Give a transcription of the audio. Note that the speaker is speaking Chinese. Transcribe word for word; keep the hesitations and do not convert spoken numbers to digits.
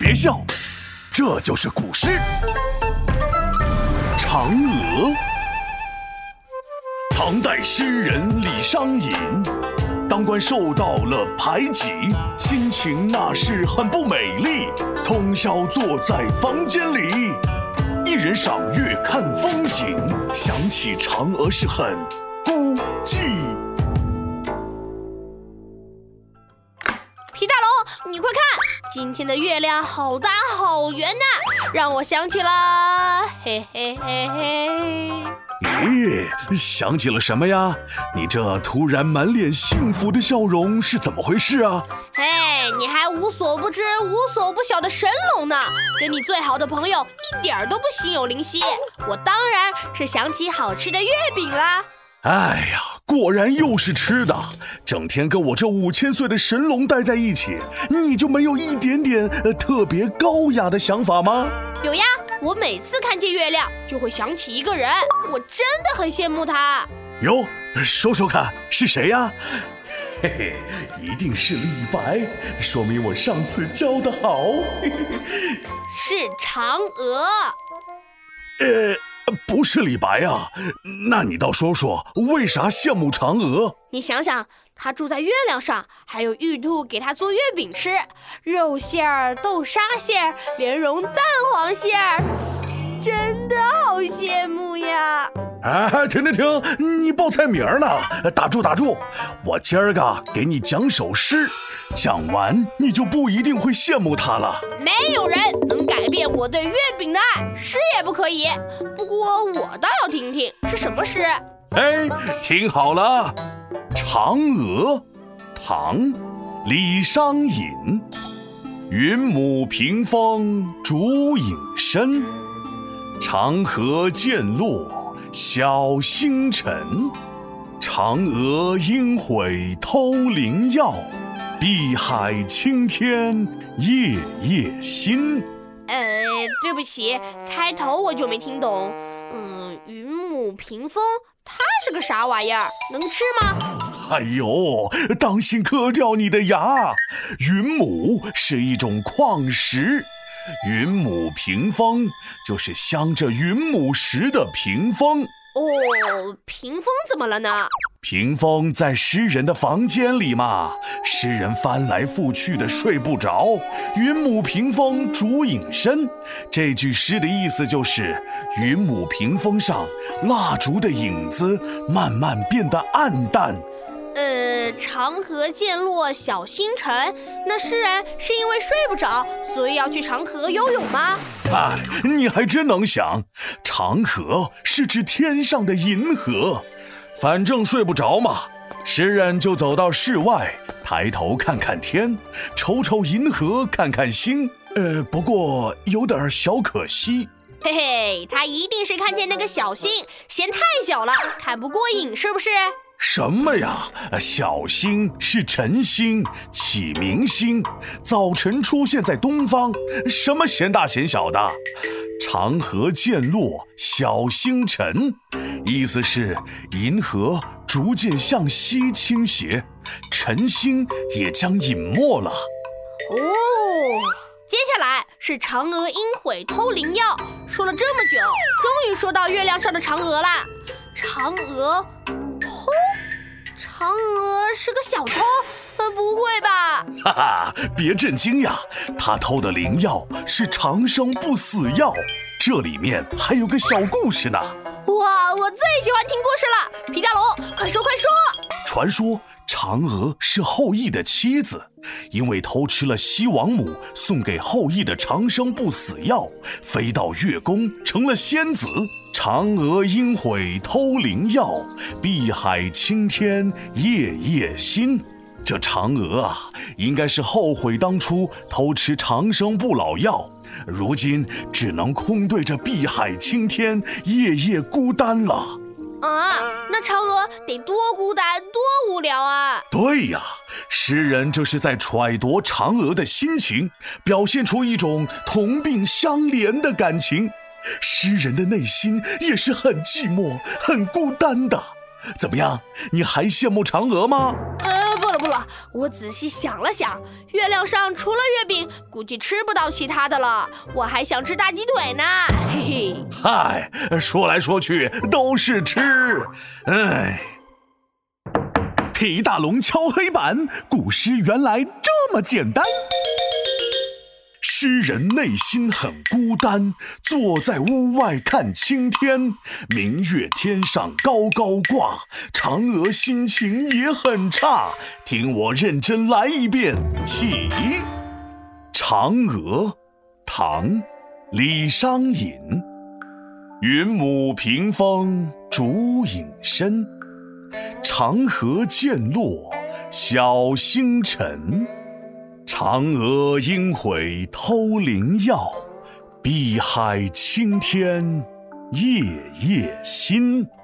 别笑，这就是古诗《嫦娥》。唐代诗人李商隐，当官受到了排挤，心情那是很不美丽，通宵坐在房间里，一人赏月看风景，想起嫦娥是很孤寂。 皮大龙，你快看，今天的月亮好大好圆呐、啊，让我想起了嘿嘿嘿嘿。 咦，想起了什么呀？你这突然满脸幸福的笑容是怎么回事啊？ 嘿，你还无所不知无所不晓的神龙呢，跟你最好的朋友一点都不心有灵犀。我当然是想起好吃的月饼啦。 哎呀，果然又是吃的，整天跟我这五千岁的神龙待在一起，你就没有一点点、呃、特别高雅的想法吗？ 有呀，我每次看见月亮就会想起一个人，我真的很羡慕他。 哟，说说看是谁呀？嘿嘿，一定是李白，说明我上次教得好。嘿嘿是嫦娥。 呃不是李白啊，那你倒说说为啥羡慕嫦娥？ 你想想，他住在月亮上，还有玉兔给他做月饼吃，肉馅儿、豆沙馅儿，莲蓉蛋黄馅儿，真的好羡慕呀！ 哎，停停停，你报菜名呢？打住打住，我今儿个给你讲首诗，讲完你就不一定会羡慕他了。 没有人能改变我对月饼的爱，诗也不可以。不过我倒要听听是什么诗。 哎，听好了，《嫦娥》，唐·李商隐。云母屏风烛影深，长河渐落晓星沉。嫦娥应悔偷灵药，碧海青天夜夜心。 呃，对不起，开头我就没听懂。嗯，云母屏风，它是个啥玩意儿？能吃吗？ 哎呦，当心磕掉你的牙！云母是一种矿石，云母屏风就是镶着云母石的屏风。 哦，屏风怎么了呢？ 屏风在诗人的房间里嘛，诗人翻来覆去的睡不着，云母屏风烛影深。这句诗的意思就是，云母屏风上蜡烛的影子慢慢变得暗淡。 呃，长河渐落晓星沉，那诗人是因为睡不着，所以要去长河游泳吗？ 哎，你还真能想，长河是指天上的银河。反正睡不着嘛，诗人就走到室外，抬头看看天，瞅瞅银河，看看星。呃，不过有点小可惜。 嘿嘿，他一定是看见那个小星，嫌太小了，看不过瘾，是不是？ 什么呀？小星是晨星，启明星，早晨出现在东方，什么嫌大嫌小的？长河渐落晓星沉，意思是银河逐渐向西倾斜，晨星也将隐没了。 哦，接下来是嫦娥应悔偷灵药，说了这么久，终于说到月亮上的嫦娥啦。嫦娥偷？嫦娥是个小偷？呃，不会吧？ 哈哈，别震惊呀，他偷的灵药是长生不死药，这里面还有个小故事呢。 哇，我最喜欢听故事了，皮大龙，快说快说。 传说嫦娥是后羿的妻子，因为偷吃了西王母送给后羿的长生不死药，飞到月宫成了仙子。嫦娥应悔偷灵药，碧海青天夜夜心。这嫦娥啊，应该是后悔当初偷吃长生不老药，如今只能空对着碧海青天，夜夜孤单了。 啊，那嫦娥得多孤单多无聊啊！ 对呀，诗人这是在揣度嫦娥的心情，表现出一种同病相怜的感情。诗人的内心也是很寂寞很孤单的。怎么样，你还羡慕嫦娥吗？ 呃，不了不了， 我仔细想了想，月亮上除了月饼，估计吃不到其他的了。我还想吃大鸡腿呢，嘿嘿。 嗨，说来说去都是吃，哎。皮大龙敲黑板，古诗原来这么简单。诗人内心很孤单，坐在屋外看青天，明月天上高高挂，嫦娥心情也很差。听我认真来一遍，起。嫦娥，唐·李商隐。云母屏风烛影深，长河渐落晓星沉。嫦娥应悔偷灵药，碧海青天夜夜心。